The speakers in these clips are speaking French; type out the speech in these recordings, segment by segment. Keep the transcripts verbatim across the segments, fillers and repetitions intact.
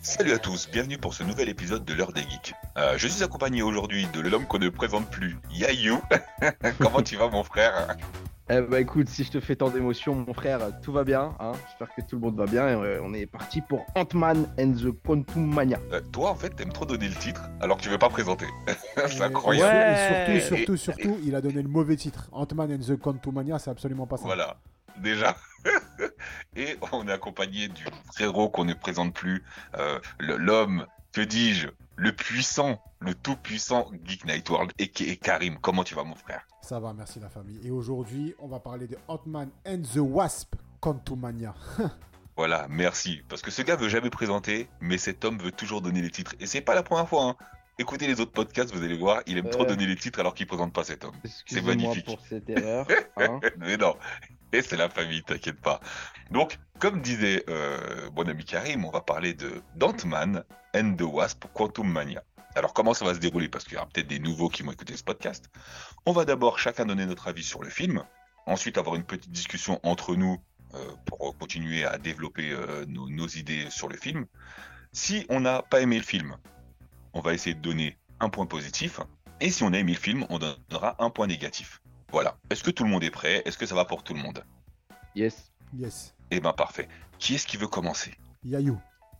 Salut à tous, bienvenue pour ce nouvel épisode de l'heure des geeks. Euh, je suis accompagné aujourd'hui de l'homme qu'on ne présente plus, Yayou. Comment tu vas mon frère? Eh bah écoute, si je te fais tant d'émotions, mon frère, tout va bien, hein. J'espère que tout le monde va bien et euh, on est parti pour Ant-Man and the Quantum Mania. Euh, toi en fait t'aimes trop donner le titre alors que tu veux pas présenter. C'est Et, et incroyable. su- et surtout, Ouais. surtout, surtout, il a donné le mauvais titre. Ant-Man and the Quantumania, c'est absolument pas ça. Voilà, déjà. Et on est accompagné du frérot qu'on ne présente plus, euh, le- l'homme, que dis-je, le puissant, le tout puissant Geek Night World et qui est Karim. Comment tu vas mon frère? Ça va, merci la famille. Et aujourd'hui, on va parler de Ant-Man and the Wasp Quantumania. Voilà, merci. Parce que ce gars veut jamais présenter, mais cet homme veut toujours donner les titres. Et c'est pas la première fois, hein. Écoutez les autres podcasts, vous allez voir, il aime trop Euh. donner les titres alors qu'il présente pas cet homme. C'est Excusez-moi magnifique. pour cette erreur, hein. Mais non, et c'est la famille, t'inquiète pas. Donc, comme disait euh, mon ami Karim, on va parler de d'Ant-Man and the Wasp Quantum Mania. Alors, comment ça va se dérouler? Parce qu'il y aura peut-être des nouveaux qui vont écouter ce podcast. On va d'abord chacun donner notre avis sur le film, ensuite avoir une petite discussion entre nous euh, pour continuer à développer euh, nos, nos idées sur le film. Si on n'a pas aimé le film, on va essayer de donner un point positif, et si on a aimé le film, on donnera un point négatif. Voilà. Est-ce que tout le monde est prêt? Est-ce que ça va pour tout le monde? Yes. Yes. Eh ben parfait. Qui est-ce qui veut commencer? Yayou.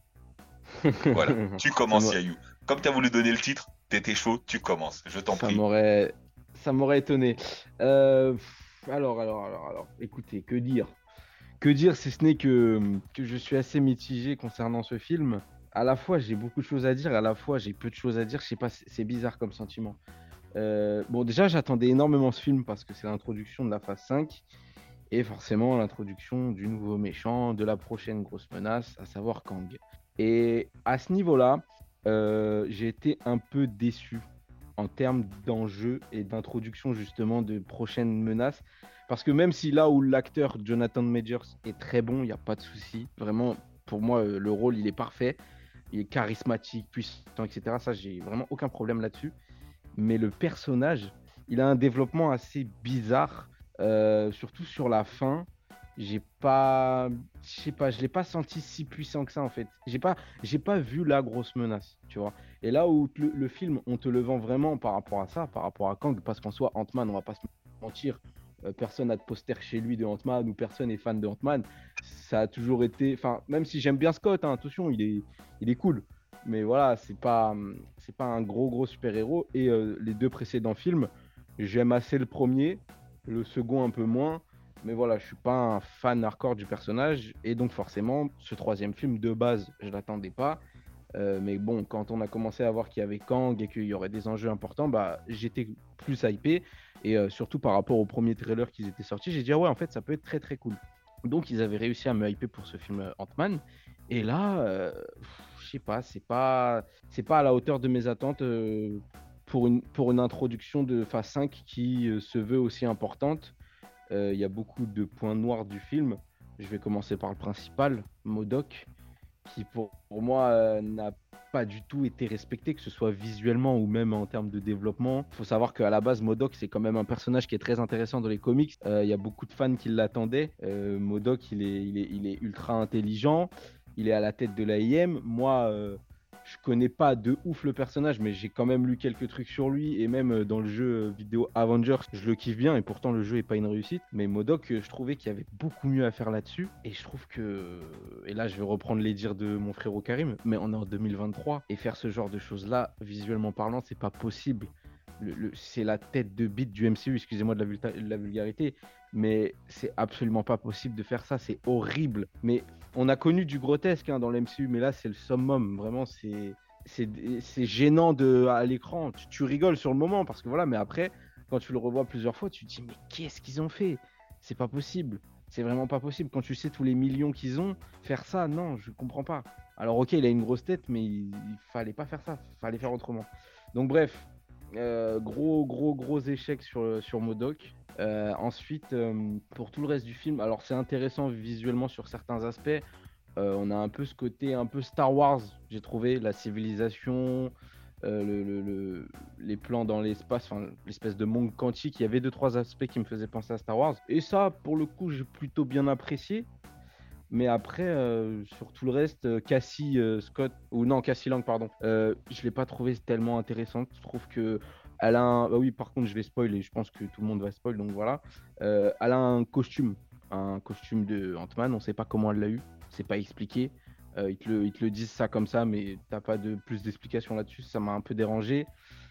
Voilà. Tu commences, Ça m'a- Yayou. Comme tu as voulu donner le titre, t'étais chaud, tu commences. Je t'en Ça prie. m'aurait, ça m'aurait étonné. Euh, pff, alors, alors, alors, alors, écoutez, que dire? Que dire si ce n'est que, que je suis assez mitigé concernant ce film. À la fois, j'ai beaucoup de choses à dire, à la fois, j'ai peu de choses à dire. Je sais pas, c'est c'est bizarre comme sentiment. Euh, bon, déjà, j'attendais énormément ce film parce que c'est l'introduction de la phase cinq et forcément l'introduction du nouveau méchant, de la prochaine grosse menace, à savoir Kang. Et à ce niveau-là, euh, j'ai été un peu déçu en termes d'enjeu et d'introduction justement de prochaines menaces. Parce que même si là où l'acteur Jonathan Majors est très bon, il n'y a pas de souci. Vraiment, pour moi, euh, le rôle, il est parfait. Il est charismatique, puissant, et cetera. Ça, j'ai vraiment aucun problème là-dessus. Mais le personnage, il a un développement assez bizarre, euh, surtout sur la fin. J'ai pas, je sais pas, je l'ai pas senti si puissant que ça en fait. J'ai pas, j'ai pas vu la grosse menace, tu vois. Et là où le, le film, on te le vend vraiment par rapport à ça, par rapport à Kang, parce qu'en soi, Ant-Man, on va pas se mentir, euh, personne n'a de poster chez lui de Ant-Man ou personne est fan de Ant-Man. Ça a toujours été, enfin, même si j'aime bien Scott, hein, attention, il est, il est cool. Mais voilà, c'est pas, c'est pas un gros gros super-héros. Et euh, les deux précédents films, j'aime assez le premier, le second un peu moins. Mais voilà, je suis pas un fan hardcore du personnage. Et donc forcément, ce troisième film, de base, je l'attendais pas. Euh, mais bon, quand on a commencé à voir qu'il y avait Kang et qu'il y aurait des enjeux importants, bah, j'étais plus hypé. Et euh, surtout par rapport au premier trailer qui étaient sortis, j'ai dit, ah ouais, en fait, ça peut être très très cool. Donc ils avaient réussi à me hyper pour ce film euh, Ant-Man. Et là, euh, pff, je sais pas, c'est pas, c'est pas à la hauteur de mes attentes euh, pour, une, pour une introduction de phase cinq qui euh, se veut aussi importante. Il y a beaucoup de points noirs du film. Je vais commencer par le principal, MODOK, qui pour, pour moi euh, n'a pas du tout été respecté, que ce soit visuellement ou même en termes de développement. Il faut savoir qu'à la base, MODOK, c'est quand même un personnage qui est très intéressant dans les comics. Il euh, y a beaucoup de fans qui l'attendaient. Euh, MODOK, il est, il, est, il est ultra intelligent. Il est à la tête de l'A I M. Moi, euh, je connais pas de ouf le personnage, mais j'ai quand même lu quelques trucs sur lui. Et même dans le jeu vidéo Avengers, je le kiffe bien. Et pourtant, le jeu est pas une réussite. Mais MODOK, je trouvais qu'il y avait beaucoup mieux à faire là-dessus. Et je trouve que... Et là, je vais reprendre les dires de mon frérot Karim. Mais on est en deux mille vingt-trois. Et faire ce genre de choses-là, visuellement parlant, c'est pas possible. Le, le, c'est la tête de bite du M C U, excusez-moi de la, vulta- de la vulgarité, mais c'est absolument pas possible de faire ça, c'est horrible. Mais on a connu du grotesque hein, dans l'M C U, mais là c'est le summum, vraiment c'est, c'est, c'est gênant de, à l'écran, tu, tu rigoles sur le moment, parce que voilà, mais après, quand tu le revois plusieurs fois, tu te dis mais qu'est-ce qu'ils ont fait? C'est pas possible, c'est vraiment pas possible. Quand tu sais tous les millions qu'ils ont, faire ça, non, je comprends pas. Alors ok, il a une grosse tête, mais il, il fallait pas faire ça, il fallait faire autrement. Donc bref, euh, gros gros gros échec sur, sur MODOK. Euh, ensuite, euh, pour tout le reste du film, alors c'est intéressant visuellement sur certains aspects. Euh, on a un peu ce côté un peu Star Wars, j'ai trouvé, la civilisation, euh, le, le, le, les plans dans l'espace, enfin l'espèce de monde quantique. Il y avait deux trois aspects qui me faisaient penser à Star Wars. Et ça, pour le coup, j'ai plutôt bien apprécié. Mais après, euh, sur tout le reste, euh, Cassie euh, Scott, ou non, Cassie Lang, pardon, euh, je l'ai pas trouvée tellement intéressante. Je trouve que elle a un... Bah oui, par contre, je vais spoil et je pense que tout le monde va spoil, donc voilà. Euh, elle a un costume, un costume de Ant-Man. On sait pas comment elle l'a eu, c'est pas expliqué. Euh, ils te le, ils te le disent ça comme ça, mais t'as pas de plus d'explications là-dessus. Ça m'a un peu dérangé.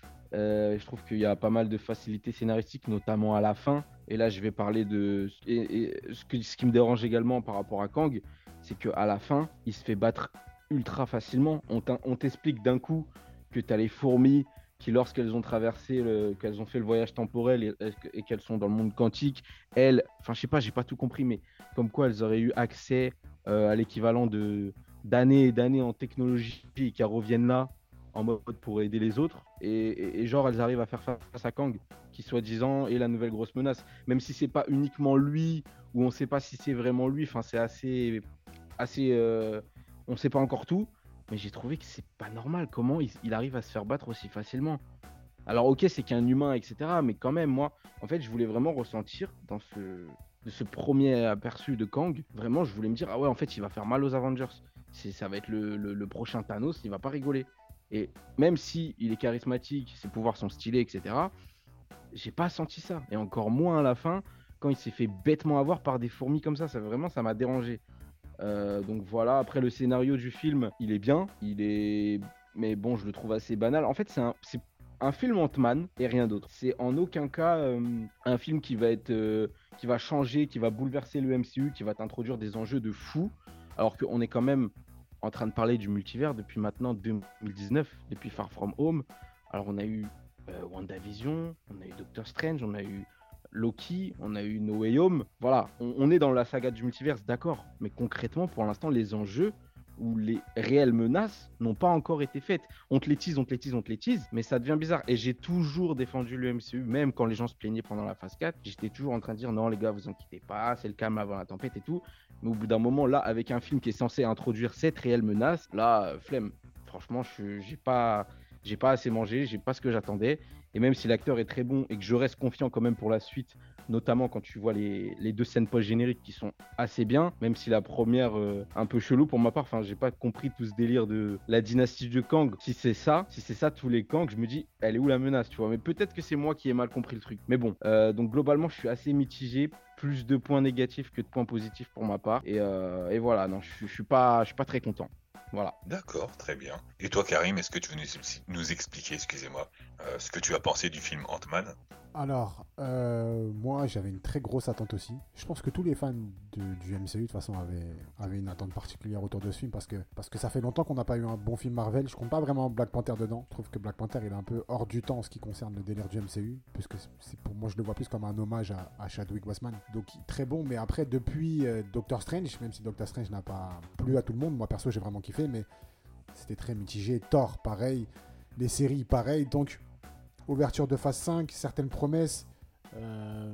Euh, je trouve qu'il y a pas mal de facilités scénaristiques, notamment à la fin. Et là, je vais parler de. Et, et ce, que- ce qui me dérange également par rapport à Kang, c'est qu'à la fin, il se fait battre ultra facilement. On t'in- on t'explique d'un coup que tu as les fourmis qui, lorsqu'elles ont traversé, le- qu'elles ont fait le voyage temporel et, et qu'elles sont dans le monde quantique, elles. Enfin, je sais pas, j'ai pas tout compris, mais comme quoi elles auraient eu accès euh, à l'équivalent de d'années et d'années en technologie et qu'elles reviennent là en mode pour aider les autres. Et, et- et genre, elles arrivent à faire face à Kang, qui soi-disant est la nouvelle grosse menace. Même si c'est pas uniquement lui, ou on sait pas si c'est vraiment lui, enfin, c'est assez. assez euh, on sait pas encore tout, mais j'ai trouvé que c'est pas normal. Comment il, il arrive à se faire battre aussi facilement? Alors, ok, c'est qu'un humain, et cetera. Mais quand même, moi, en fait, je voulais vraiment ressentir dans ce, de ce premier aperçu de Kang, vraiment, je voulais me dire, ah ouais, en fait, il va faire mal aux Avengers. C'est, ça va être le, le- le prochain Thanos, il va pas rigoler. Et même si il est charismatique, ses pouvoirs sont stylés, et cetera, j'ai pas senti ça. Et encore moins à la fin, quand il s'est fait bêtement avoir par des fourmis comme ça. Ça vraiment, ça m'a dérangé. Euh, donc voilà, après le scénario du film, il est bien, il est... Mais bon, je le trouve assez banal. En fait, c'est un, c'est un film Ant-Man et rien d'autre. C'est en aucun cas euh, un film qui va être, euh, qui va changer, qui va bouleverser le M C U, qui va t'introduire des enjeux de fou, alors qu'on est quand même en train de parler du multivers depuis maintenant deux mille dix-neuf, depuis Far From Home. Alors on a eu euh, WandaVision, on a eu Doctor Strange, on a eu Loki, on a eu No Way Home. Voilà, on, on est dans la saga du multiverse, d'accord. Mais concrètement, pour l'instant, les enjeux ou les réelles menaces n'ont pas encore été faites. On te les tease, on te les tease, on te les tease, mais ça devient bizarre. Et j'ai toujours défendu le M C U, même quand les gens se plaignaient pendant la phase quatre, j'étais toujours en train de dire non les gars, vous inquiétez pas, c'est le calme avant la tempête et tout. Mais au bout d'un moment, là, avec un film qui est censé introduire cette réelle menace, là, euh, flemme. Franchement, je j'ai pas, j'ai pas assez mangé, j'ai pas ce que j'attendais. Et même si l'acteur est très bon et que je reste confiant quand même pour la suite, notamment quand tu vois les, les deux scènes post-génériques qui sont assez bien, même si la première euh, un peu chelou pour ma part, enfin j'ai pas compris tout ce délire de la dynastie de Kang. Si c'est ça, si c'est ça tous les Kang, je me dis elle est où la menace, tu vois. Mais peut-être que c'est moi qui ai mal compris le truc. Mais bon, euh, donc globalement je suis assez mitigé, plus de points négatifs que de points positifs pour ma part. Et, euh, et voilà, non, je, je suis pas, je suis pas très content. Voilà. D'accord, très bien. Et toi, Karim, est-ce que tu veux nous, nous expliquer, excusez-moi, euh, ce que tu as pensé du film Ant-Man? Alors, euh, moi, j'avais une très grosse attente aussi. Je pense que tous les fans de- du M C U, de toute façon, avaient, avaient une attente particulière autour de ce film parce que, parce que ça fait longtemps qu'on n'a pas eu un bon film Marvel. Je compte pas vraiment Black Panther dedans. Je trouve que Black Panther, il est un peu hors du temps en ce qui concerne le délire du M C U, puisque c'est, pour moi, je le vois plus comme un hommage à, à Chadwick Boseman. Donc, très bon, mais après, depuis euh, Doctor Strange, même si Doctor Strange n'a pas plu à tout le monde, moi, perso, j'ai vraiment kiffé, mais c'était très mitigé. Thor, pareil. Les séries, pareil. Donc, ouverture de phase cinq, certaines promesses. Euh...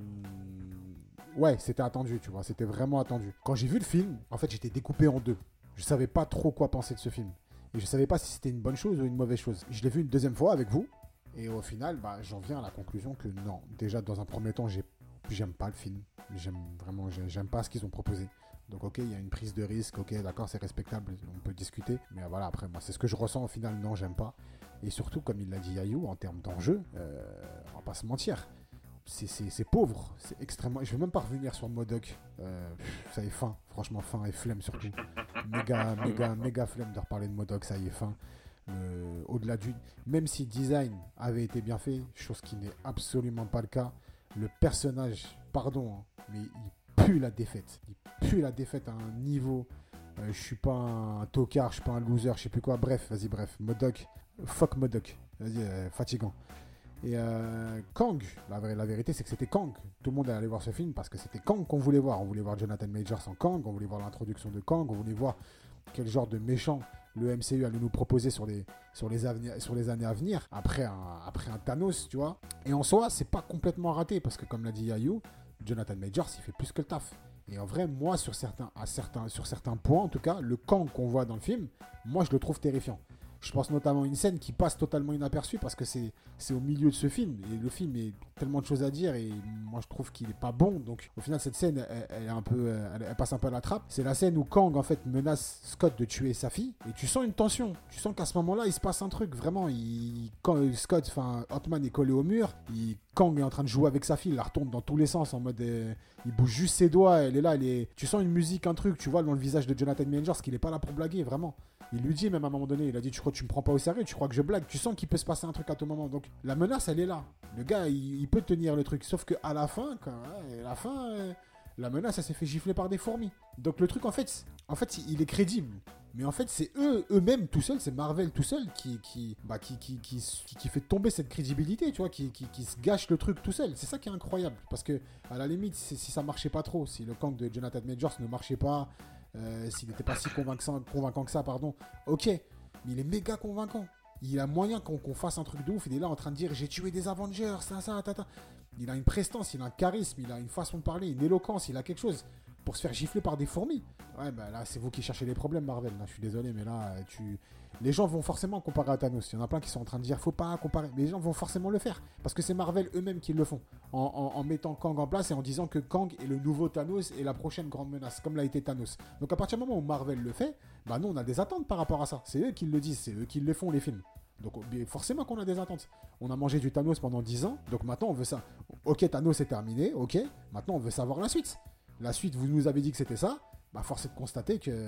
Ouais, c'était attendu, tu vois. C'était vraiment attendu. Quand j'ai vu le film, en fait, j'étais découpé en deux. Je savais pas trop quoi penser de ce film. Et je savais pas si c'était une bonne chose ou une mauvaise chose. Je l'ai vu une deuxième fois avec vous. Et au final, bah, j'en viens à la conclusion que non. Déjà, dans un premier temps, j'ai... j'aime pas le film. J'aime vraiment, j'aime pas ce qu'ils ont proposé. Donc ok, il y a une prise de risque, ok, d'accord, c'est respectable, on peut discuter. Mais voilà, après, moi, c'est ce que je ressens au final, non, j'aime pas. Et surtout, comme il l'a dit Yayou, en termes d'enjeu, euh, on va pas se mentir, c'est, c'est, c'est pauvre, c'est extrêmement... Je vais même pas revenir sur Modok, euh, ça y est fin, franchement fin et flemme surtout. Méga, méga, méga flemme de reparler de Modok, ça y est fin. Euh, au-delà du... Même si design avait été bien fait, chose qui n'est absolument pas le cas, le personnage, pardon, hein, mais il pue la défaite. Il pue la défaite à un niveau... Euh, je suis pas un tocard, je suis pas un loser, je sais plus quoi. Bref, vas-y, bref. Modok, fuck Modok. Vas-y, euh, fatigant. Et euh, Kang, la, la vérité, c'est que c'était Kang. Tout le monde est allé voir ce film parce que c'était Kang qu'on voulait voir. On voulait voir Jonathan Majors en Kang, on voulait voir l'introduction de Kang, on voulait voir quel genre de méchant le M C U allait nous proposer sur les, sur les, aveni- sur les années à venir, après un, après un Thanos, tu vois. Et en soi, c'est pas complètement raté parce que, comme l'a dit Yayou, Jonathan Majors, il fait plus que le taf. Et en vrai, moi, sur certains, à certains, sur certains points, en tout cas, le Kang qu'on voit dans le film, moi, je le trouve terrifiant. Je pense notamment à une scène qui passe totalement inaperçue parce que c'est, c'est au milieu de ce film. Et le film est tellement de choses à dire et moi je trouve qu'il est pas bon. Donc au final, cette scène, elle, elle est un peu, elle, elle passe un peu à la trappe. C'est la scène où Kang en fait menace Scott de tuer sa fille. Et tu sens une tension. Tu sens qu'à ce moment-là, il se passe un truc. Vraiment, il, quand Scott, enfin, Ant-Man est collé au mur. Il, Kang est en train de jouer avec sa fille. Il la retourne dans tous les sens en mode. Euh, il bouge juste ses doigts. Elle est là. Elle est... Tu sens une musique, un truc. Tu vois dans le visage de Jonathan Majors qu'il est pas là pour blaguer, vraiment. Il lui dit même à un moment donné, il a dit, tu crois que tu me prends pas au sérieux, tu crois que je blague, tu sens qu'il peut se passer un truc à tout moment. Donc la menace, elle est là. Le gars, il, il peut tenir le truc. Sauf qu'à la fin, quand, ouais, à la fin, euh, la menace, elle s'est fait gifler par des fourmis. Donc le truc, en fait, en fait, il est crédible. Mais en fait, c'est eux, eux-mêmes tout seuls, c'est Marvel tout seul qui, qui, bah, qui, qui, qui, qui, qui fait tomber cette crédibilité, tu vois, qui, qui, qui se gâche le truc tout seul. C'est ça qui est incroyable. Parce que, à la limite, si ça marchait pas trop, si le Kang de Jonathan Majors ne marchait pas, euh, s'il n'était pas si convaincant, convaincant que ça, pardon, ok, mais il est méga convaincant. Il a moyen qu'on, qu'on fasse un truc de ouf. Il est là en train de dire j'ai tué des Avengers, ça, ça, ta, ta. Il a une prestance, il a un charisme, il a une façon de parler, une éloquence, il a quelque chose pour se faire gifler par des fourmis. Ouais, bah là, c'est vous qui cherchez les problèmes, Marvel. Là, je suis désolé, mais là, tu... les gens vont forcément comparer à Thanos. Il y en a plein qui sont en train de dire faut pas comparer. Mais les gens vont forcément le faire. Parce que c'est Marvel eux-mêmes qui le font. En, en, en mettant Kang en place et en disant que Kang est le nouveau Thanos et la prochaine grande menace, comme l'a été Thanos. Donc à partir du moment où Marvel le fait, bah nous, on a des attentes par rapport à ça. C'est eux qui le disent, c'est eux qui le font, les films. Donc forcément qu'on a des attentes. On a mangé du Thanos pendant dix ans, donc maintenant on veut ça. Ok, Thanos est terminé, ok, maintenant on veut savoir la suite. La suite, vous nous avez dit que c'était ça, bah force est de constater que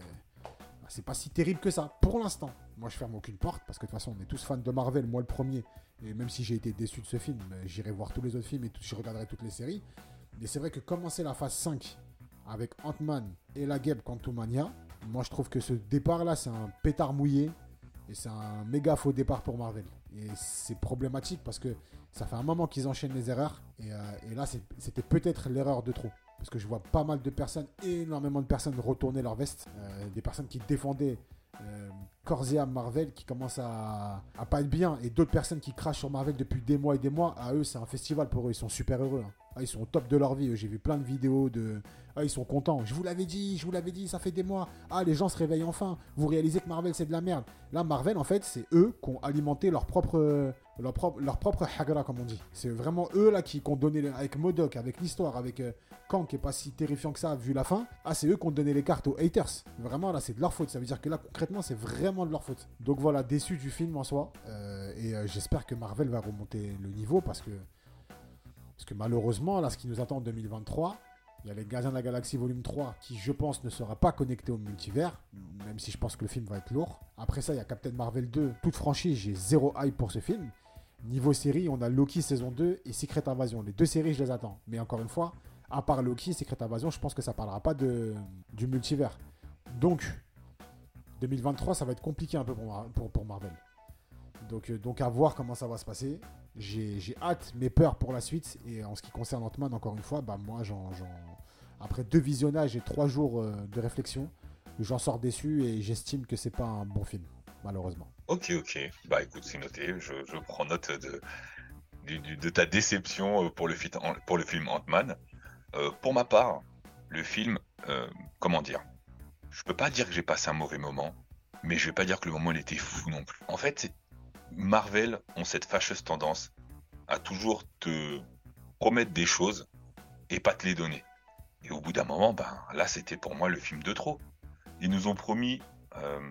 bah, c'est pas si terrible que ça, pour l'instant. Moi je ferme aucune porte, parce que de toute façon on est tous fans de Marvel, moi le premier, et même si j'ai été déçu de ce film, j'irai voir tous les autres films et tout, je regarderai toutes les séries. Mais c'est vrai que commencer la phase cinq avec Ant-Man et la guêpe Quantumania, moi je trouve que ce départ là c'est un pétard mouillé. Et c'est un méga faux départ pour Marvel. Et c'est problématique parce que ça fait un moment qu'ils enchaînent les erreurs. Et, euh, et là, c'est, c'était peut-être l'erreur de trop. Parce que je vois pas mal de personnes, énormément de personnes retourner leur veste. Euh, des personnes qui défendaient euh, corps et âme Marvel, qui commencent à, à pas être bien. Et d'autres personnes qui crachent sur Marvel depuis des mois et des mois. À eux, c'est un festival pour eux. Ils sont super heureux. Hein. Ah, ils sont au top de leur vie. J'ai vu plein de vidéos de... Ah, ils sont contents. Je vous l'avais dit, je vous l'avais dit, ça fait des mois. Ah, les gens se réveillent enfin. Vous réalisez que Marvel, c'est de la merde. Là, Marvel, en fait, c'est eux qui ont alimenté leur propre... Leur propre, leur propre hagra, comme on dit. C'est vraiment eux là qui, qui ont donné, avec M O D O K, avec l'histoire, avec euh, Kang qui est pas si terrifiant que ça vu la fin. Ah, c'est eux qui ont donné les cartes aux haters. Vraiment là, c'est de leur faute. Ça veut dire que là, concrètement, c'est vraiment de leur faute. Donc voilà, déçu du film en soi. Euh, et euh, j'espère que Marvel va remonter le niveau parce que, parce que malheureusement, là, ce qui nous attend en deux mille vingt-trois, il y a les Gardiens de la Galaxie volume trois qui, je pense, ne sera pas connecté au multivers, même si je pense que le film va être lourd. Après ça, il y a Captain Marvel deux, toute franchise, j'ai zéro hype pour ce film. Niveau série, on a Loki saison deux et Secret Invasion. Les deux séries, je les attends. Mais encore une fois, à part Loki et Secret Invasion, je pense que ça parlera pas de, du multivers. Donc, deux mille vingt-trois, ça va être compliqué un peu pour, pour, pour Marvel. Donc, euh, donc, à voir comment ça va se passer. J'ai, j'ai hâte, mais peur pour la suite. Et en ce qui concerne Ant-Man, encore une fois, bah, moi, j'en, j'en... après deux visionnages et trois jours euh, de réflexion, j'en sors déçu et j'estime que c'est pas un bon film, malheureusement. Ok, ok. Bah écoute, c'est noté. Je, je prends note de, de, de ta déception pour le, fit, pour le film Ant-Man. Euh, pour ma part, le film, euh, comment dire, je peux pas dire que j'ai passé un mauvais moment, mais je vais pas dire que le moment il était fou non plus. En fait, Marvel ont cette fâcheuse tendance à toujours te promettre des choses et pas te les donner. Et au bout d'un moment, ben là c'était pour moi le film de trop. Ils nous ont promis euh,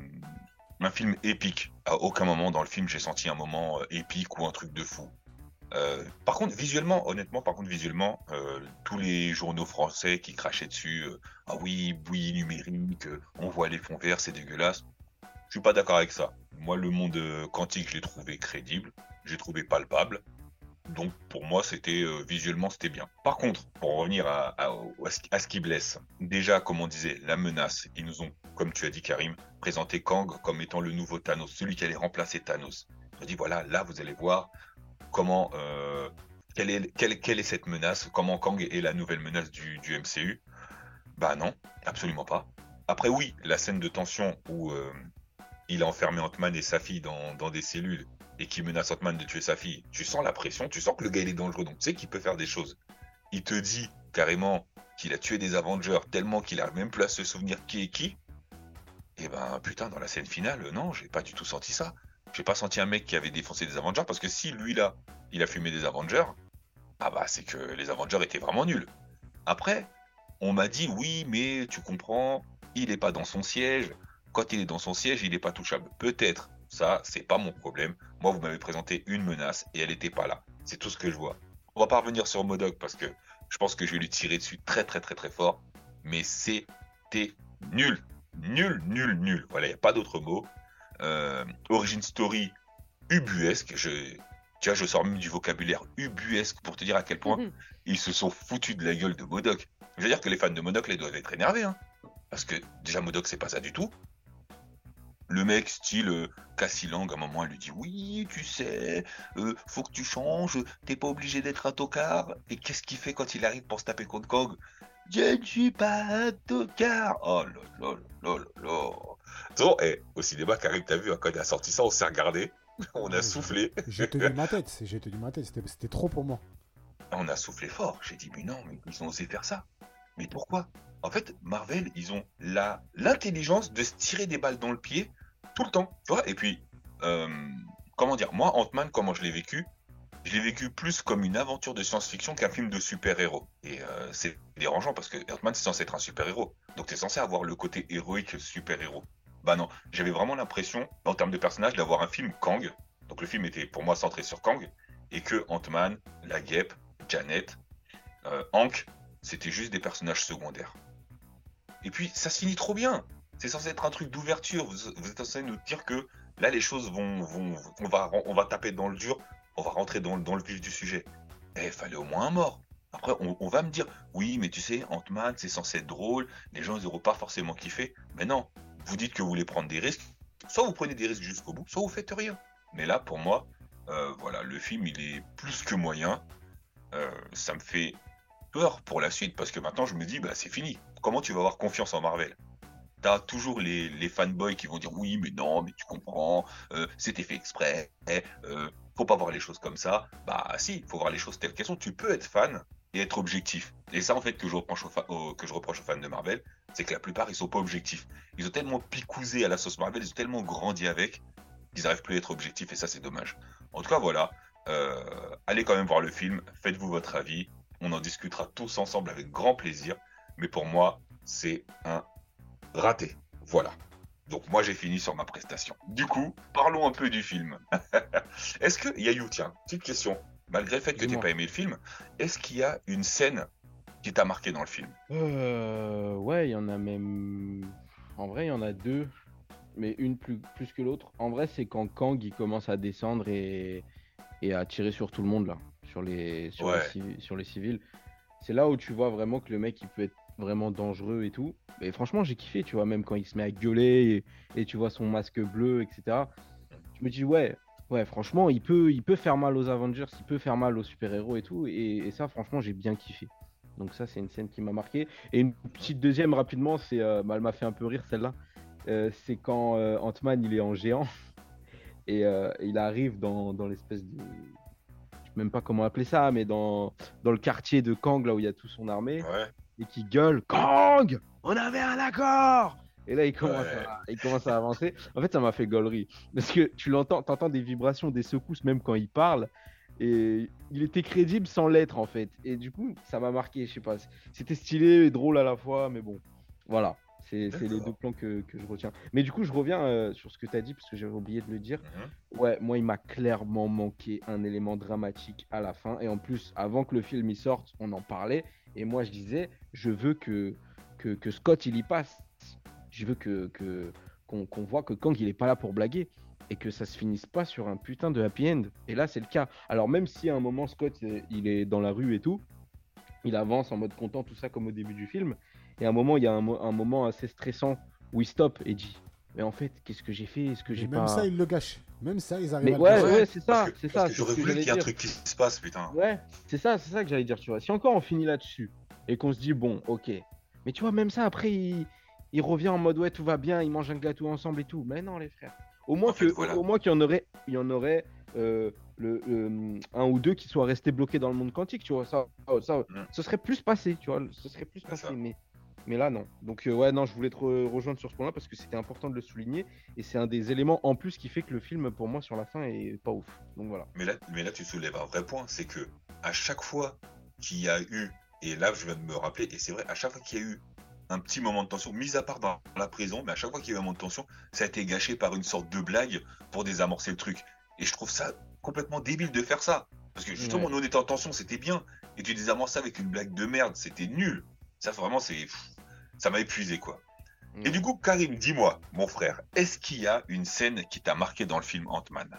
un film épique. À aucun moment dans le film j'ai senti un moment euh, épique ou un truc de fou. Euh, par contre, visuellement, honnêtement, par contre, visuellement, euh, tous les journaux français qui crachaient dessus, euh, ah oui, bouillie numérique, euh, on voit les fonds verts, c'est dégueulasse. Je suis pas d'accord avec ça. Moi, le monde euh, quantique, je l'ai trouvé crédible, j'ai trouvé palpable. Donc, pour moi, c'était euh, visuellement, c'était bien. Par contre, pour revenir à, à, à ce qui blesse, déjà, comme on disait, la menace, ils nous ont, comme tu as dit, Karim, présenté Kang comme étant le nouveau Thanos, celui qui allait remplacer Thanos. On dit voilà, là, vous allez voir. Comment, euh, quelle, est, quelle, quelle est cette menace? Comment Kang est la nouvelle menace du, du M C U? Bah non, absolument pas. Après oui, la scène de tension où euh, il a enfermé Ant-Man et sa fille dans, dans des cellules et qui menace Ant-Man de tuer sa fille, tu sens la pression, tu sens que le gars il est dangereux, donc tu sais qu'il peut faire des choses. Il te dit carrément qu'il a tué des Avengers tellement qu'il a même plus à se souvenir qui est qui. Et ben putain, dans la scène finale, euh, non, j'ai pas du tout senti ça. J'ai pas senti un mec qui avait défoncé des Avengers, parce que si lui là, il a fumé des Avengers, ah bah c'est que les Avengers étaient vraiment nuls. Après, on m'a dit oui, mais tu comprends, il est pas dans son siège. Quand il est dans son siège, il est pas touchable. Peut-être. Ça, c'est pas mon problème. Moi, vous m'avez présenté une menace et elle était pas là. C'est tout ce que je vois. On va pas revenir sur M O D O K parce que je pense que je vais lui tirer dessus très très très très fort. Mais c'était nul. Nul, nul, nul. Voilà, il n'y a pas d'autre mot. Euh, origin story ubuesque. Je, tu vois, je sors même du vocabulaire ubuesque pour te dire à quel point Mhm. ils se sont foutus de la gueule de M O D O K. Je veux dire que les fans de M O D O K les doivent être énervés, hein. Parce que déjà M O D O K c'est pas ça du tout. Le mec style euh, Cassie-Lang, à un moment elle lui dit oui, tu sais, euh, faut que tu changes, t'es pas obligé d'être un tocard. Et qu'est-ce qu'il fait quand il arrive pour se taper contre Kang? Je ne suis pas un tocard. Oh là là là là là. Bon, eh, au cinéma, Karim, t'as vu, hein, quand il a sorti ça, on s'est regardé, on a Ouais, soufflé, j'ai j'ai tenu ma tête, c'est- j'ai tenu ma tête, c'était c'était trop pour moi. on a soufflé fort. J'ai dit mais non, mais ils ont osé faire ça. Mais pourquoi? En fait, Marvel, ils ont la l'intelligence de se tirer des balles dans le pied tout le temps, tu vois. Et puis, euh, comment dire, moi, Ant-Man, comment je l'ai vécu? Je l'ai vécu plus comme une aventure de science-fiction qu'un film de super-héros. Et euh, c'est dérangeant parce que Ant-Man, c'est censé être un super-héros. Donc, t'es censé avoir le côté héroïque super-héros. Bah non, j'avais vraiment l'impression, en termes de personnage, d'avoir un film Kang. Donc, le film était pour moi centré sur Kang. Et que Ant-Man, la Guêpe, Janet, euh, Hank, c'était juste des personnages secondaires. Et puis, ça se finit trop bien. C'est censé être un truc d'ouverture. Vous, vous êtes censé nous dire que là, les choses vont, vont, on va, on va taper dans le dur, on va rentrer dans, dans le vif du sujet. Eh, il fallait au moins un mort. Après, on, on va me dire, oui, mais tu sais, Ant-Man, c'est censé être drôle, les gens, ils n'auront pas forcément kiffé. Mais non, vous dites que vous voulez prendre des risques. Soit vous prenez des risques jusqu'au bout, soit vous faites rien. Mais là, pour moi, euh, voilà, le film, il est plus que moyen. Euh, ça me fait peur pour la suite parce que maintenant je me dis bah c'est fini. Comment tu vas avoir confiance en Marvel? T'as toujours les, les fanboys qui vont dire oui mais non mais tu comprends, euh, c'était fait exprès, euh, faut pas voir les choses comme ça. Bah si, faut voir les choses telles qu'elles sont. Tu peux être fan et être objectif. Et ça en fait que je reproche aux, fa- aux- que je reproche aux fans de Marvel, c'est que la plupart ils sont pas objectifs. Ils ont tellement picousé à la sauce Marvel, ils ont tellement grandi avec, qu'ils arrivent plus à être objectifs et ça c'est dommage. En tout cas voilà, euh, allez quand même voir le film, faites-vous votre avis, on en discutera tous ensemble avec grand plaisir, mais pour moi c'est un raté. Voilà. Donc moi j'ai fini sur ma prestation. Du coup, parlons un peu du film. Est-ce que, Yayou, tiens, petite question, malgré le fait que tu Dis-moi. pas aimé le film, est-ce qu'il y a une scène qui t'a marqué dans le film? Euh, ouais, il y en a même. En vrai, il y en a deux, mais une plus, plus que l'autre. En vrai, c'est quand Kang il commence à descendre et, et à tirer sur tout le monde là, sur les, sur les, Ouais, civi- sur les civils. C'est là où tu vois vraiment que le mec il peut être vraiment dangereux et tout. Et franchement, j'ai kiffé, tu vois, même quand il se met à gueuler et, et tu vois son masque bleu, et cetera. Je me dis, ouais, ouais, franchement, il peut, il peut faire mal aux Avengers, il peut faire mal aux super-héros et tout. Et, et ça, franchement, j'ai bien kiffé. Donc ça, c'est une scène qui m'a marqué. Et une petite deuxième, rapidement, c'est, euh, bah, elle m'a fait un peu rire celle-là. Euh, c'est quand euh, Ant-Man, il est en géant et euh, il arrive dans, dans l'espèce de... Je sais même pas comment appeler ça, mais dans, dans le quartier de Kang, là où il y a toute son armée, ouais, et qui gueule, Kang, on avait un accord. Et là, il commence ouais, à, il commence à avancer. En fait, ça m'a fait gaulerie. Parce que tu l'entends, t'entends des vibrations, des secousses, même quand il parle. Et il était crédible sans l'être, en fait. Et du coup, ça m'a marqué, je sais pas. C'était stylé et drôle à la fois, mais bon. Voilà. C'est c'est les deux d'accord. plans que, que je retiens. Mais du coup, je reviens euh, sur ce que tu as dit, parce que j'avais oublié de le dire. Mhm. Ouais, moi, il m'a clairement manqué un élément dramatique à la fin. Et en plus, avant que le film y sorte, on en parlait. Et moi, je disais, je veux que, que, que Scott, il y passe. Je veux que, que, qu'on, qu'on voit que Kang, il est pas là pour blaguer. Et que ça se finisse pas sur un putain de happy end. Et là, c'est le cas. Alors, même si à un moment, Scott, euh, il est dans la rue et tout, il avance en mode content, tout ça, comme au début du film. Et à un moment, il y a un, mo- un moment assez stressant où il stoppe et dit, mais en fait, qu'est-ce que j'ai fait? Est-ce que Mais j'ai même ça, pas... ils le gâchent. Même ça, ils arrivent Mais à le ouais, gâcher. ouais, Ouais, c'est parce ça, que, c'est parce ça, que c'est ce j'aurais que voulu j'allais qu'il y ait un dire. truc qui se passe, putain. Ouais, c'est ça, c'est ça que j'allais dire, tu vois. Si encore on finit là-dessus et qu'on se dit, bon, ok. Mais tu vois, même ça, après, il, il revient en mode, ouais, tout va bien, ils mangent un gâteau ensemble et tout. Mais non, les frères. Au moins En fait, que, au, voilà. au moins qu'il y en aurait, il y en aurait euh, le, le- un ou deux qui soient restés bloqués dans le monde quantique, tu vois. Ça, ça, Mhm. ce serait plus passé, tu vois. Ce serait plus C'est passé. ça. Mais, Mais là, non. Donc, euh, ouais, non, je voulais te re- rejoindre sur ce point-là parce que c'était important de le souligner. Et c'est un des éléments en plus qui fait que le film, pour moi, sur la fin, est pas ouf. Donc voilà. Mais là, mais là, tu soulèves un vrai point, c'est que à chaque fois qu'il y a eu, et là, je viens de me rappeler, et c'est vrai, à chaque fois qu'il y a eu un petit moment de tension, mis à part dans la prison, mais à chaque fois qu'il y a eu un moment de tension, ça a été gâché par une sorte de blague pour désamorcer le truc. Et je trouve ça complètement débile de faire ça. Parce que justement, Ouais. nous, on était en tension, c'était bien. Et tu désamorces ça avec une blague de merde, c'était nul. Ça, vraiment, c'est, pff, ça m'a épuisé, quoi. Et Ouais. du coup, Karim, dis-moi, mon frère, est-ce qu'il y a une scène qui t'a marqué dans le film Ant-Man?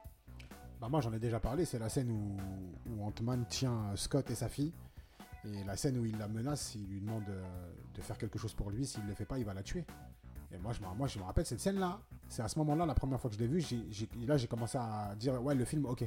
Bah moi j'en ai déjà parlé, c'est la scène où, où Ant-Man tient Scott et sa fille. Et la scène où il la menace, il lui demande euh, de faire quelque chose pour lui, s'il ne le fait pas, il va la tuer. Et moi je, me- moi, je me rappelle cette scène-là. C'est à ce moment-là, la première fois que je l'ai vue, j'ai, j'ai- là j'ai commencé à dire, ouais, le film, ok.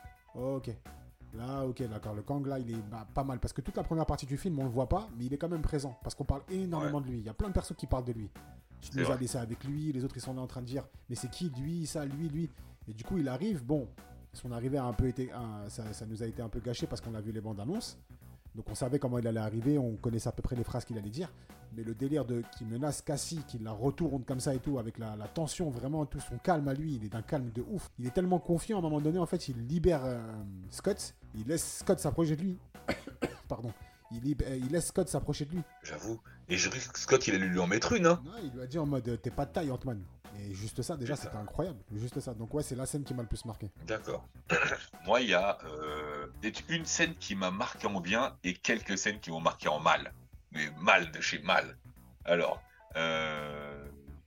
Ok. Là, ok, d'accord. Le Kang, là, il est bah, pas mal. Parce que toute la première partie du film, on le voit pas, mais il est quand même présent. Parce qu'on parle énormément Ouais, de lui. Il y a plein de persos qui parlent de lui. Tu c'est nous as vrai. laissé avec lui, les autres, ils sont là en train de dire, mais c'est qui lui, ça, lui, lui. Et du coup, il arrive. Bon, son arrivée a un peu été. un- ça, ça nous a été un peu gâché parce qu'on a vu les bandes annonces. Donc on savait comment il allait arriver, on connaissait à peu près les phrases qu'il allait dire. Mais le délire de qui menace Cassie, qui la retourne comme ça et tout, avec la, la tension, vraiment tout son calme à lui, il est d'un calme de ouf. Il est tellement confiant à un moment donné, en fait, il libère euh, Scott, il laisse Scott s'approcher de lui. Pardon. Il, lib- euh, il laisse Scott s'approcher de lui. J'avoue. Et je risque que Scott, il allait lui en mettre une, hein. Non, il lui a dit en mode euh, t'es pas de taille, Ant-Man. Et juste ça, déjà, C'est c'était ça. incroyable. Juste ça. Donc ouais, c'est la scène qui m'a le plus marqué. D'accord. Moi, il y a euh, une scène qui m'a marqué en bien et quelques scènes qui m'ont marqué en mal. Mais mal de chez mal. Alors, euh,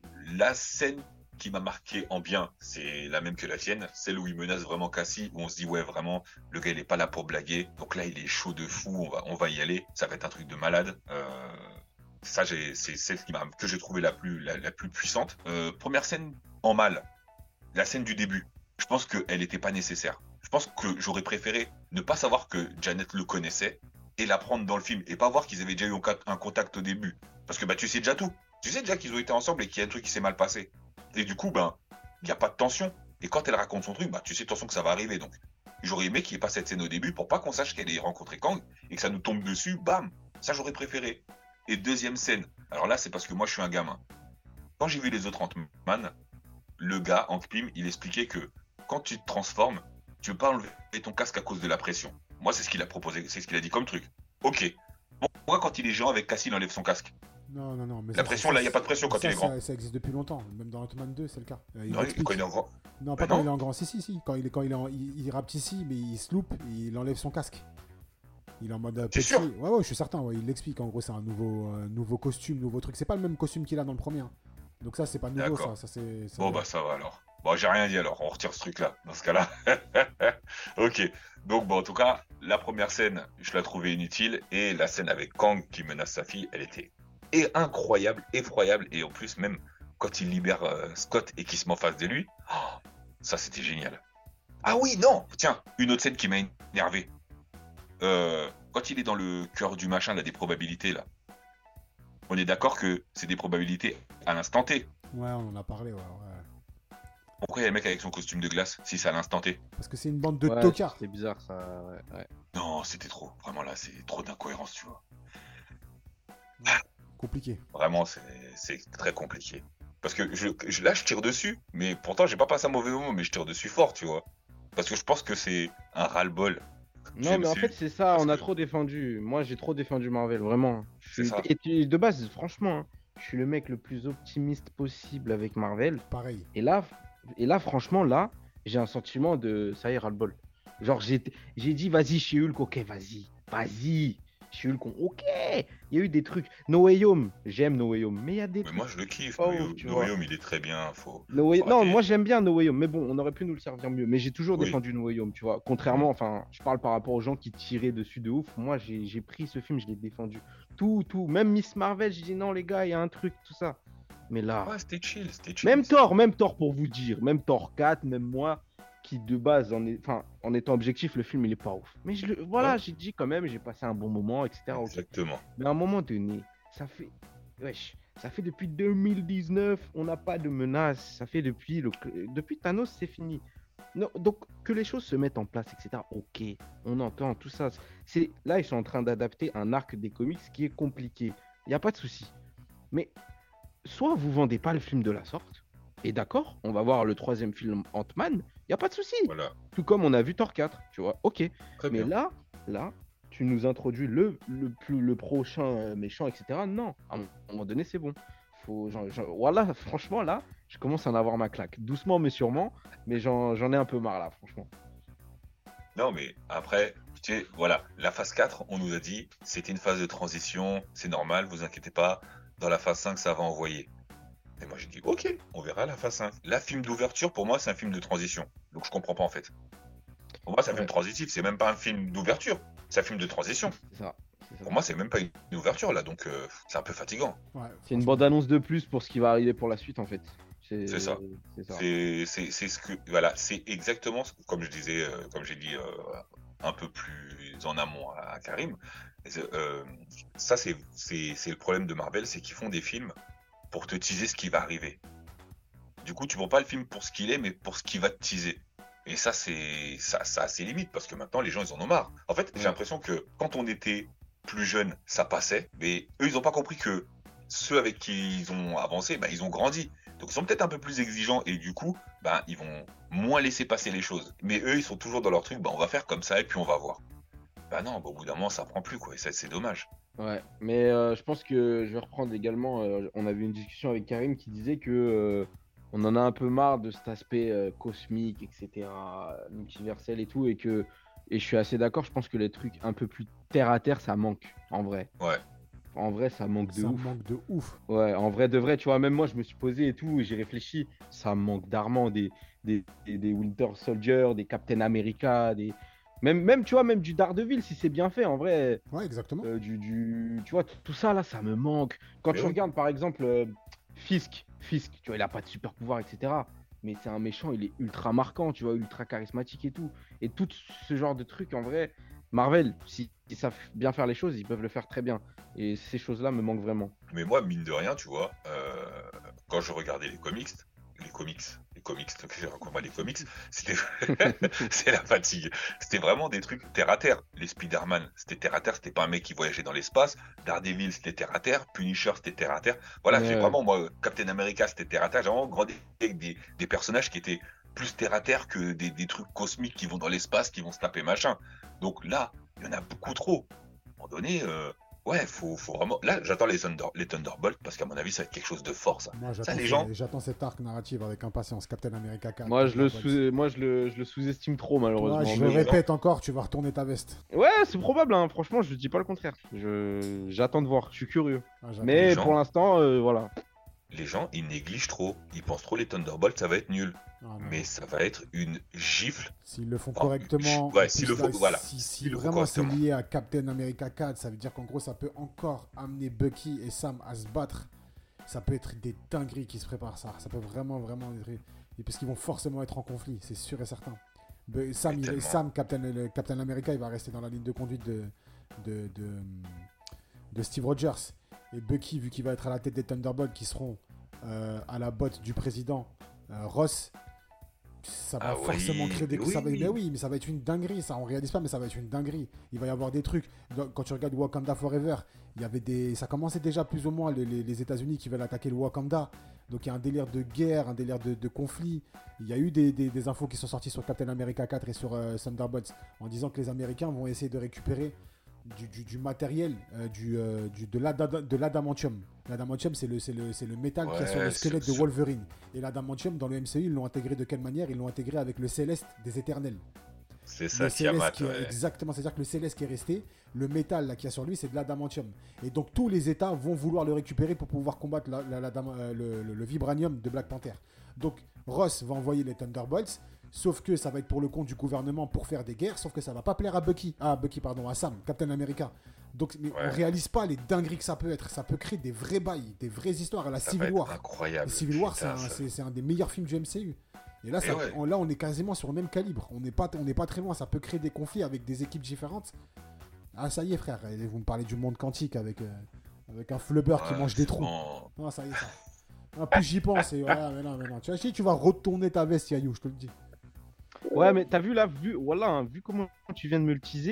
la scène qui m'a marqué en bien, c'est la même que la tienne. Celle où il menace vraiment Cassie, où on se dit, ouais, vraiment, le gars, il est pas là pour blaguer. Donc là, il est chaud de fou, on va, on va y aller. Ça va être un truc de malade. Euh, ça, j'ai, c'est celle qui m'a, que j'ai trouvé la plus, la, la plus puissante. Euh, première scène en mal, la scène du début. Je pense qu'elle n'était pas nécessaire. Je pense que j'aurais préféré ne pas savoir que Janet le connaissait et la prendre dans le film et pas voir qu'ils avaient déjà eu un contact au début. Parce que bah tu sais déjà tout. Tu sais déjà qu'ils ont été ensemble et qu'il y a un truc qui s'est mal passé. Et du coup, ben, il n'y a pas de tension. Et quand elle raconte son truc, bah tu sais de toute façon que ça va arriver. Donc, j'aurais aimé qu'il n'y ait pas cette scène au début pour pas qu'on sache qu'elle ait rencontré Kang et que ça nous tombe dessus, bam. Ça, j'aurais préféré. Et deuxième scène. Alors là, c'est parce que moi, je suis un gamin. Quand j'ai vu les autres Ant-Man, le gars, Hank Pym, il expliquait que quand tu te transformes, tu peux pas enlever ton casque à cause de la pression. Moi, c'est ce qu'il a proposé, c'est ce qu'il a dit comme truc. Ok. Bon, pourquoi quand il est géant avec Cassie, il enlève son casque? Non, non, non, mais La ça, c'est- pression, ça, là, il n'y a pas de c'est- pression mais quand ça, il est grand. ça, ça existe depuis longtemps. Même dans Ant-Man deux, c'est le cas. Euh, il Non, l'explique. quand il est en grand. Non, Bah pas quand il est non. en grand. Si, si, si. Quand il est, quand il est en, il, il rappe ici, mais il se loupe, il enlève son casque. Il est en mode euh, T'es petit. sûr? Ouais, ouais, je suis certain. Ouais, il l'explique. En gros, c'est un nouveau, euh, nouveau costume, nouveau truc. C'est pas le même costume qu'il a dans le premier. Hein. Donc ça, c'est pas nouveau, ça. D'accord. Ça, c'est. ça Bon, vient. bah, ça va alors. Bon, j'ai rien dit alors, on retire ce truc-là, dans ce cas-là. Ok. Donc, bon, en tout cas, la première scène, je la trouvais inutile, et la scène avec Kang qui menace sa fille, elle était et incroyable, effroyable, et en plus, même quand il libère euh, Scott et qu'il se met en face de lui, oh, ça c'était génial. Ah oui, non, tiens, une autre scène qui m'a énervé. Euh, quand il est dans le cœur du machin, là, des probabilités, là, on est d'accord que c'est des probabilités à l'instant T. Ouais, on en a parlé, ouais, ouais. Pourquoi il y a le mec avec son costume de glace si c'est à l'instant T? Parce que c'est une bande de Ouais, tocards. c'est bizarre ça. Ouais, ouais. Non, c'était trop. Vraiment là, c'est trop d'incohérence, tu vois. Compliqué. Vraiment, c'est c'est très compliqué. Parce que je, je- là, je tire dessus, mais pourtant, j'ai pas passé un mauvais moment, mais je tire dessus fort, tu vois. Parce que je pense que c'est un ras-le-bol du Non, mais en M C U. fait, c'est ça, Parce on a que trop défendu. Moi, j'ai trop défendu Marvel, vraiment. Je c'est suis... ça. Et tu- de base, franchement, hein, je suis le mec le plus optimiste possible avec Marvel. Pareil. Et là, et là franchement, là, j'ai un sentiment de ça y est, ras-le-bol. Genre, j'ai j'ai dit, vas-y, chez Hulk, ok, vas-y, vas-y. Chez Hulk, on- ok. Il y a eu des trucs. No Way Home, j'aime No Way Home, mais il y a des Mais trucs moi, je le kiffe. pas No, ouf, tu No vois. Way Home, il est très bien. Faut, No Way... faut Non, arrêter. moi j'aime bien No Way Home, mais bon, on aurait pu nous le servir mieux. Mais j'ai toujours Oui. défendu No Way Home, tu vois. Contrairement, enfin, je parle par rapport aux gens qui tiraient dessus de ouf. Moi, j'ai j'ai pris ce film, je l'ai défendu. Tout, tout. Même Miss Marvel, j'ai dit non, les gars, il y a un truc, tout ça. Mais là, Ouais, c'était chill, c'était chill. même Thor, même Thor pour vous dire, même Thor quatre, même moi, qui de base, en, est... enfin, en étant objectif, le film il est pas ouf. Mais je le... voilà, Ouais. j'ai dit quand même, j'ai passé un bon moment, et cetera. ok. Exactement. Mais à un moment donné, ça fait. Wesh, ça fait depuis deux mille dix-neuf, on n'a pas de menace. Ça fait depuis, le... depuis Thanos, c'est fini. Non, donc que les choses se mettent en place, et cetera. Ok, on entend tout ça. C'est... Là, ils sont en train d'adapter un arc des comics qui est compliqué. il n'y a pas de souci. Mais soit vous vendez pas le film de la sorte, et d'accord, on va voir le troisième film Ant-Man, il n'y a pas de souci. Voilà. Tout comme on a vu Thor quatre, tu vois, ok. Très Mais bien. là, là, tu nous introduis le, le, plus, le prochain euh, méchant, et cetera. Non, à un moment donné, c'est bon. Faut, j'en- j'en- voilà, franchement, là, je commence à en avoir ma claque. Doucement, mais sûrement, mais j'en, j'en ai un peu marre, là, franchement. Non, mais après, tu sais, voilà, la phase quatre, on nous a dit, c'était une phase de transition, c'est normal, vous inquiétez pas, dans la phase cinq, ça va envoyer. Et moi, j'ai dit, ok, on verra la phase cinq. La film d'ouverture, pour moi, c'est un film de transition. Donc, je comprends pas, en fait. Pour moi, c'est un Ouais. film transitif, c'est même pas un film d'ouverture, c'est un film de transition. C'est ça. c'est ça. Pour moi, c'est même pas une ouverture, là, donc euh, c'est un peu fatigant. Ouais, C'est une franchement. bande-annonce de plus pour ce qui va arriver pour la suite, en fait. C'est C'est ça. C'est ça. C'est, c'est, c'est ce que, voilà, c'est exactement, ce- comme je disais, euh, comme j'ai dit euh, un peu plus en amont à, à Karim. euh, ça, c'est, c'est, c'est le problème de Marvel, c'est qu'ils font des films pour te teaser ce qui va arriver. Du coup, tu prends pas le film pour ce qu'il est, mais pour ce qui va te teaser. Et ça, c'est, ça, ça a ses limites parce que maintenant, les gens, ils en ont marre. En fait, j'ai Ouais. l'impression que quand on était plus jeune, ça passait, mais eux, ils ont pas compris que ceux avec qui ils ont avancé, bah, ils ont grandi. Donc, ils sont peut-être un peu plus exigeants et du coup, bah, ils vont moins laisser passer les choses. Mais eux, ils sont toujours dans leur truc, bah, on va faire comme ça et puis on va voir. Bah non, bah, au bout d'un moment, ça prend plus, quoi. Et ça, c'est dommage. Ouais, mais euh, je pense que je vais reprendre également. Euh, on avait une discussion avec Karim qui disait que euh, on en a un peu marre de cet aspect euh, cosmique, et cetera, multiversel et tout, et que et je suis assez d'accord. Je pense que les trucs un peu plus terre à terre, ça manque en vrai. Ouais. En vrai, ça manque de Ça ouf. manque de ouf. Ouais, en vrai de vrai, tu vois, même moi, je me suis posé et tout, et j'ai réfléchi. Ça me manque d'Armand, des, des, des, des Winter Soldier, des Captain America, des même, même, tu vois, même du Daredevil, si c'est bien fait, en vrai. Ouais, exactement. Euh, du, du- tu vois, t- tout ça là, ça me manque. Quand Mais tu oui. regardes par exemple euh, Fisk, Fisk, tu vois, il a pas de super pouvoir, et cetera. Mais c'est un méchant, il est ultra marquant, tu vois, ultra charismatique et tout. Et tout ce genre de trucs, en vrai, Marvel, si- s'ils savent bien faire les choses, ils peuvent le faire très bien. Et ces choses-là me manquent vraiment. Mais moi, mine de rien, tu vois, euh, quand je regardais les comics, les comics, les comics, donc j'ai encore mal les comics, c'était, c'est la fatigue. C'était vraiment des trucs terre à terre. Les Spider-Man, c'était terre à terre, c'était pas un mec qui voyageait dans l'espace. Daredevil, c'était terre à terre. Punisher, c'était terre à terre. Voilà, Ouais, j'ai ouais. vraiment, moi, Captain America, c'était terre à terre. J'ai vraiment grandi avec des, des personnages qui étaient plus terre à terre que des, des trucs cosmiques qui vont dans l'espace, qui vont se taper machin. Donc là, il y en a beaucoup trop. À un moment donné, euh, ouais, faut, faut vraiment. Là, j'attends les, Thunder... les Thunderbolts parce qu'à mon avis, ça va être quelque chose de fort, ça. Moi, Ça, j'attends les ce- gens. j'attends cet arc narratif avec impatience. Captain America quatre. Moi, je le, Thunderbolts. sous... Moi je, le... je le sous-estime trop, Toi, malheureusement. je Mais- le répète encore, tu vas retourner ta veste. Ouais, c'est probable, hein. Franchement, je dis pas le contraire. Je... J'attends de voir, je suis curieux. Ah, j'attends. Mais Les gens- pour l'instant, euh, voilà. Les gens, ils négligent trop. Ils pensent trop les Thunderbolts, ça va être nul. Ah, non. Mais ça va être une gifle. S'ils le font Oh, correctement, ouais, en s'ils plus, le font- là, voilà. si, si S'ils le font vraiment c'est correctement. lié à Captain America quatre, ça veut dire qu'en gros ça peut encore amener Bucky et Sam à se battre. Ça peut être des dingueries qui se préparent, ça. Ça peut vraiment, vraiment être... Et parce qu'ils vont forcément être en conflit, c'est sûr et certain. Bu- Sam, Mais il- tellement. Sam Captain, le Captain America, il va rester dans la ligne de conduite de, de, de, de Steve Rogers. Et Bucky, vu qu'il va être à la tête des Thunderbolts qui seront euh, à la botte du président euh, Ross, ça va Ah oui, forcément créer des... mais ça oui. va... mais oui, mais ça va être une dinguerie, ça on réalise pas, mais ça va être une dinguerie. Il va y avoir des trucs. Donc, quand tu regardes Wakanda Forever, il y avait des... ça commençait déjà plus ou moins les, les, les États-Unis qui veulent attaquer le Wakanda. Donc il y a un délire de guerre, un délire de, de conflit. Il y a eu des, des, des infos qui sont sorties sur Captain America quatre et sur euh, Thunderbolts en disant que les Américains vont essayer de récupérer du, du, du matériel, euh, du, euh, du, de l'ada- de l'adamantium. L'adamantium, c'est le, c'est le, c'est le métal qu'il y a sur Ouais, le squelette c'est- de Wolverine. Et l'adamantium, dans le M C U, ils l'ont intégré de quelle manière? Ils l'ont intégré avec le céleste des éternels. C'est ça, Le Tiamat. céleste qui est- Ouais. Exactement, c'est-à-dire que le céleste qui est resté, le métal là, qu'il y a sur lui, c'est de l'adamantium. Et donc tous les États vont vouloir le récupérer pour pouvoir combattre la- la- l'adam- euh, le, le- le vibranium de Black Panther. Donc Ross va envoyer les Thunderbolts, sauf que ça va être pour le compte du gouvernement pour faire des guerres, sauf que ça va pas plaire à Bucky, à Bucky pardon, à Sam, Captain America. Donc mais Ouais. on réalise pas les dingueries que ça peut être. Ça peut créer des vrais bails, des vraies histoires à la Ça va Civil être War. incroyable. Et Civil War, c'est Putain, un, ça- c'est- c'est un des meilleurs films du M C U. Et là, Et ça- ouais. on, là, on est quasiment sur le même calibre. On n'est pas, on n'est pas très loin. Ça peut créer des conflits avec des équipes différentes. Ah, ça y est, frère. Et vous me parlez du monde quantique avec, euh, avec un flubber qui Ouais, mange des c'est trous. bon. Non, ça y est, ça. Ah, plus j'y pense. Et voilà, mais non, mais non. Tu vois, si tu vas retourner ta veste, Yayou, je te le dis. Ouais, mais t'as vu là, vu, voilà, hein, vu comment tu viens de me le teaser,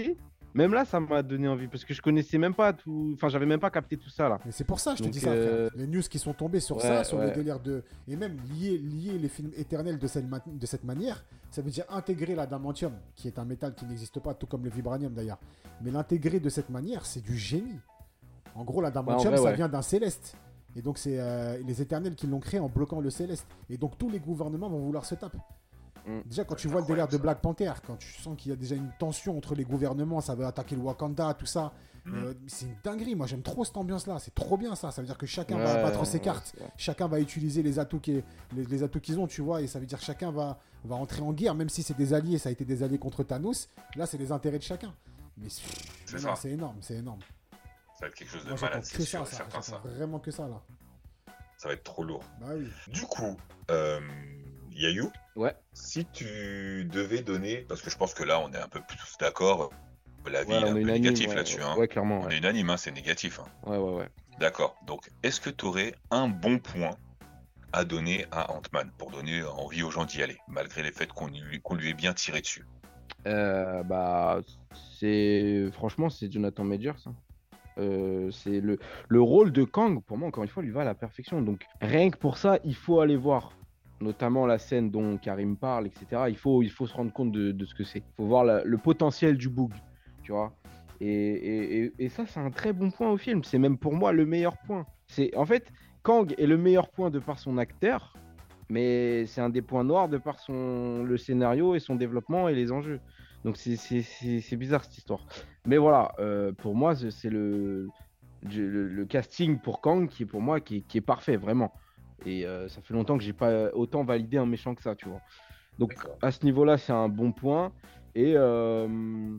même là, ça m'a donné envie parce que je connaissais même pas tout. Enfin, j'avais même pas capté tout ça là. Mais c'est pour ça, je te Donc, dis ça, euh, frère. Les news qui sont tombées sur ouais, ça, sur le ouais. délire de. Et même lier, lier les films éternels de cette, ma- de cette manière, ça veut dire intégrer l'adamantium, qui est un métal qui n'existe pas, tout comme le vibranium d'ailleurs. Mais l'intégrer de cette manière, c'est du génie. En gros, Ouais, en l'adamantium, vrai, ça ouais. vient d'un céleste. Et donc, c'est euh, les éternels qui l'ont créé en bloquant le céleste. Et donc, tous les gouvernements vont vouloir se taper. Mm. Déjà, quand Ouais, tu c'est vois le délire incroyable de ça. Black Panther, quand tu sens qu'il y a déjà une tension entre les gouvernements, ça veut attaquer le Wakanda, tout ça, Mhm. euh, c'est une dinguerie. Moi, j'aime trop cette ambiance-là. C'est trop bien ça. Ça veut dire que chacun Ouais, va battre ses ouais, cartes, c'est vrai. chacun va utiliser les atouts qui- les, les atouts qu'ils ont, tu vois, et ça veut dire que chacun va, va entrer en guerre, même si c'est des alliés, ça a été des alliés contre Thanos. Là, c'est les intérêts de chacun. Mais, C'est mais ça. non, c'est énorme, c'est énorme. Ça va être quelque chose de Moi, j'attends malade, c'est que sûr ça, et ça. certain ça. J'attends vraiment que ça là. Ça va être trop lourd. Bah oui. Du coup, euh, Yayou, Ouais, si tu devais donner, parce que je pense que là on est un peu tous d'accord, l'avis ouais, est on un est peu unanime. négatif Ouais, là-dessus, hein. ouais, clairement. On Ouais, est unanime, hein, c'est négatif, hein. ouais, ouais. ouais. D'accord. Donc, est-ce que tu aurais un bon point à donner à Ant-Man pour donner envie aux gens d'y aller, malgré les faits qu'on lui, qu'on lui ait bien tiré dessus? Euh, bah, c'est franchement, c'est Jonathan Majors. Hein. Euh, c'est le, le rôle de Kang, pour moi, encore une fois, lui va à la perfection. Donc, rien que pour ça, il faut aller voir, notamment la scène dont Karim parle, et cetera. Il faut, il faut se rendre compte de, de ce que c'est. Il faut voir la- le potentiel du Boog, tu vois. Et, et, et- et ça, c'est un très bon point au film. C'est même pour moi le meilleur point. C'est, en fait, Kang est le meilleur point de par son acteur, mais c'est un des points noirs de par son, le scénario et son développement et les enjeux. Donc c'est c'est- c'est- c'est bizarre cette histoire. Mais voilà, euh, pour moi, c'est c'est le, le, le casting pour Kang qui est pour moi qui est, qui est parfait, vraiment. Et euh, ça fait longtemps que j'ai pas autant validé un méchant que ça, tu vois. Donc D'accord. à ce niveau-là, c'est un bon point. Et, euh,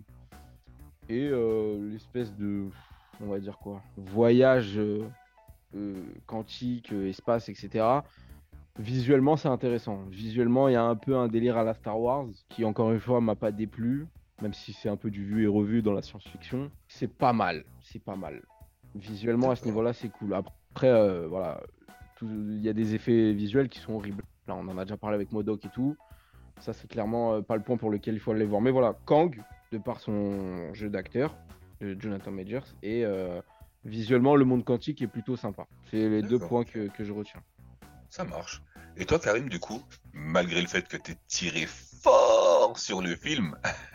et euh, l'espèce de, on va dire quoi, voyage euh, euh, quantique, euh, espace, et cetera. Visuellement, c'est intéressant. Visuellement, il y a un peu un délire à la Star Wars qui, encore une fois, m'a pas déplu, même si c'est un peu du vu et revu dans la science-fiction. C'est pas mal, c'est pas mal. Visuellement, à ce D'accord. niveau-là, c'est cool. Après, euh, voilà, tout- il y a des effets visuels qui sont horribles. Là, on en a déjà parlé avec Modok et tout. Ça, c'est clairement euh, pas le point pour lequel il faut aller voir. Mais voilà, Kang, de par son jeu d'acteur, de Jonathan Majors, et euh, visuellement, le monde quantique est plutôt sympa. C'est les deux D'accord, points ok. que, que je retiens. Ça marche. Et toi, Karim, du coup, malgré le fait que tu tiré fort sur le film,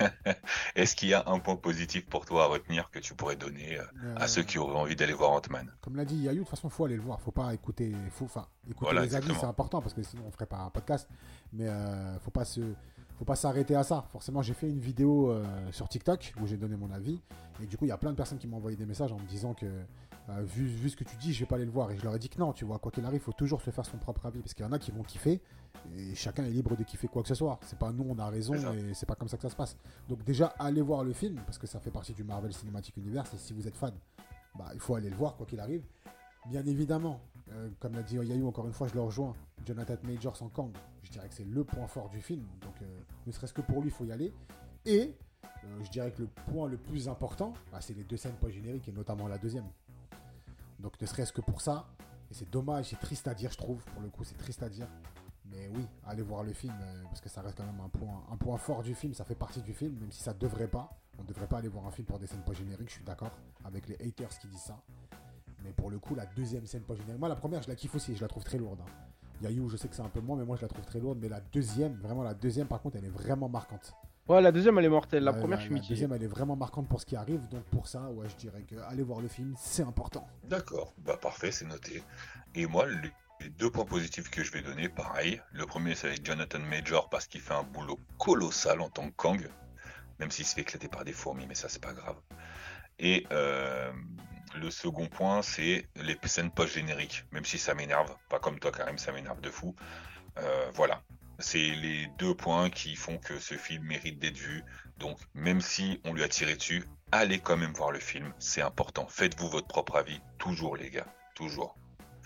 est-ce qu'il y a un point positif pour toi à retenir que tu pourrais donner euh, à ceux Euh, qui auraient envie d'aller voir Ant-Man? Comme l'a dit Yayou, de toute façon, il faut aller le voir. Faut pas écouter. Faut, enfin, écouter Voilà, les avis, exactement. c'est important parce que sinon on ferait pas un podcast. Mais euh, faut pas se, faut pas s'arrêter à ça. Forcément, j'ai fait une vidéo euh, sur TikTok où j'ai donné mon avis. Et du coup, il y a plein de personnes qui m'ont envoyé des messages en me disant que, euh, vu, vu ce que tu dis, je vais pas aller le voir. Et je leur ai dit que non, tu vois, quoi qu'il arrive, il faut toujours se faire son propre avis parce qu'il y en a qui vont kiffer. Et chacun est libre de kiffer quoi que ce soit. C'est pas nous, on a raison C'est ça. et c'est pas comme ça que ça se passe. Donc déjà, allez voir le film parce que ça fait partie du Marvel Cinematic Universe. Et si vous êtes fan, bah, il faut aller le voir quoi qu'il arrive. Bien évidemment, euh, comme l'a dit Yayou, encore une fois, je le rejoins. Jonathan Majors en Kang, je dirais que c'est le point fort du film. Donc, euh, ne serait-ce que pour lui, il faut y aller. Et euh, je dirais que le point le plus important, bah, c'est les deux scènes post-génériques et notamment la deuxième. Donc, ne serait-ce que pour ça, et c'est dommage, c'est triste à dire, je trouve. Pour le coup, c'est triste à dire. Mais oui, allez voir le film euh, parce que ça reste quand même un point, un point fort du film. Ça fait partie du film, même si ça devrait pas. On ne devrait pas aller voir un film pour des scènes post-génériques, je suis d'accord avec les haters qui disent ça. Mais pour le coup, la deuxième scène post-générique, moi la première, je la kiffe aussi, je la trouve très lourde. Hein. Yayou, je sais que c'est un peu moins, mais moi je la trouve très lourde. Mais la deuxième, vraiment la deuxième, par contre, elle est vraiment marquante. Ouais, la deuxième, elle est mortelle. La Ouais, première, la, je suis la mitigé. deuxième, elle est vraiment marquante pour ce qui arrive. Donc pour ça, ouais, je dirais que aller voir le film, c'est important. D'accord, bah parfait, c'est noté. Et moi, les les deux points positifs que je vais donner, pareil. Le premier, c'est avec Jonathan Major parce qu'il fait un boulot colossal en tant que Kang, même s'il se fait éclater par des fourmis, mais ça, c'est pas grave. Et euh, le second point, c'est les scènes post-génériques, même si ça m'énerve, pas comme toi, Karim, ça m'énerve de fou. Euh, voilà, c'est les deux points qui font que ce film mérite d'être vu. Donc, même si on lui a tiré dessus, allez quand même voir le film, c'est important. Faites-vous votre propre avis, toujours les gars, toujours.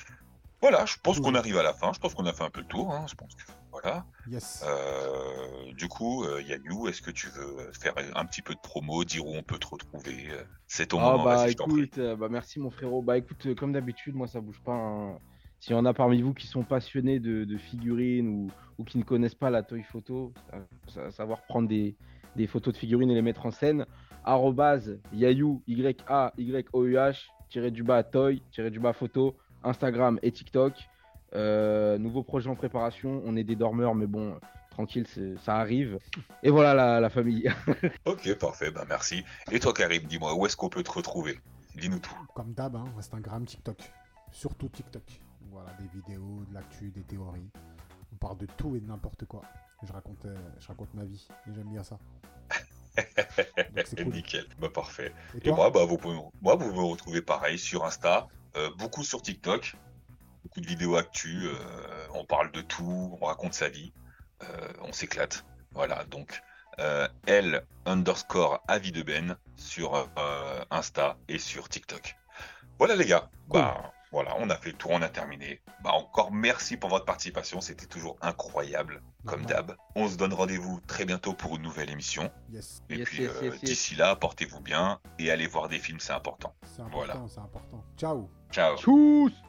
Voilà, je pense qu'on Toujours. arrive à la fin, je pense qu'on a fait un peu le tour, hein, je pense que voilà. Yes. Euh, du coup, euh, Yannou, est-ce que tu veux faire un petit peu de promo, dire où on peut te retrouver? euh, C'est ton Ah moment, bah vas-y, je t'en prie. écoute, euh, bah merci mon frérot. Bah écoute, euh, comme d'habitude, moi ça bouge pas. Hein. S'il y en a parmi vous qui sont passionnés de, de figurines ou, ou qui ne connaissent pas la toy photo, à, à savoir prendre des, des photos de figurines et les mettre en scène, arrobase Yayou, Y-A-Y-O-U-H, tiré du bas toy, tiré du bas photo, Instagram et TikTok. Euh, nouveau projet en préparation. On est des dormeurs, mais bon, tranquille, c'est- ça arrive. Et voilà la, la famille. Ok, parfait, bah merci. Et toi, Karim, dis-moi, où est-ce qu'on peut te retrouver? Dis-nous tout. Comme d'hab, hein, Instagram, TikTok. Surtout TikTok. Voilà, des vidéos, de l'actu, des théories. On parle de tout et de n'importe quoi. Je raconte, euh, je raconte ma vie et j'aime bien ça. Donc c'est cool. Nickel, bah parfait. Et Et toi? moi, bah vous pouvez, moi, vous me retrouvez pareil sur Insta, euh, beaucoup sur TikTok, beaucoup de vidéos actu, euh, on parle de tout, on raconte sa vie, euh, on s'éclate. Voilà, donc euh, L underscore avis de Ben sur euh, Insta et sur TikTok. Voilà les gars, Cool. bah voilà, on a fait le tour, on a terminé. Bah encore merci pour votre participation, c'était toujours incroyable, comme Normal. d'hab. On se donne rendez-vous très bientôt pour une nouvelle émission. Yes. Et Yes, puis yes, euh, yes, yes. d'ici là, portez-vous bien et allez voir des films, c'est important. C'est important, Voilà. c'est important. Ciao. Ciao. Tchuss.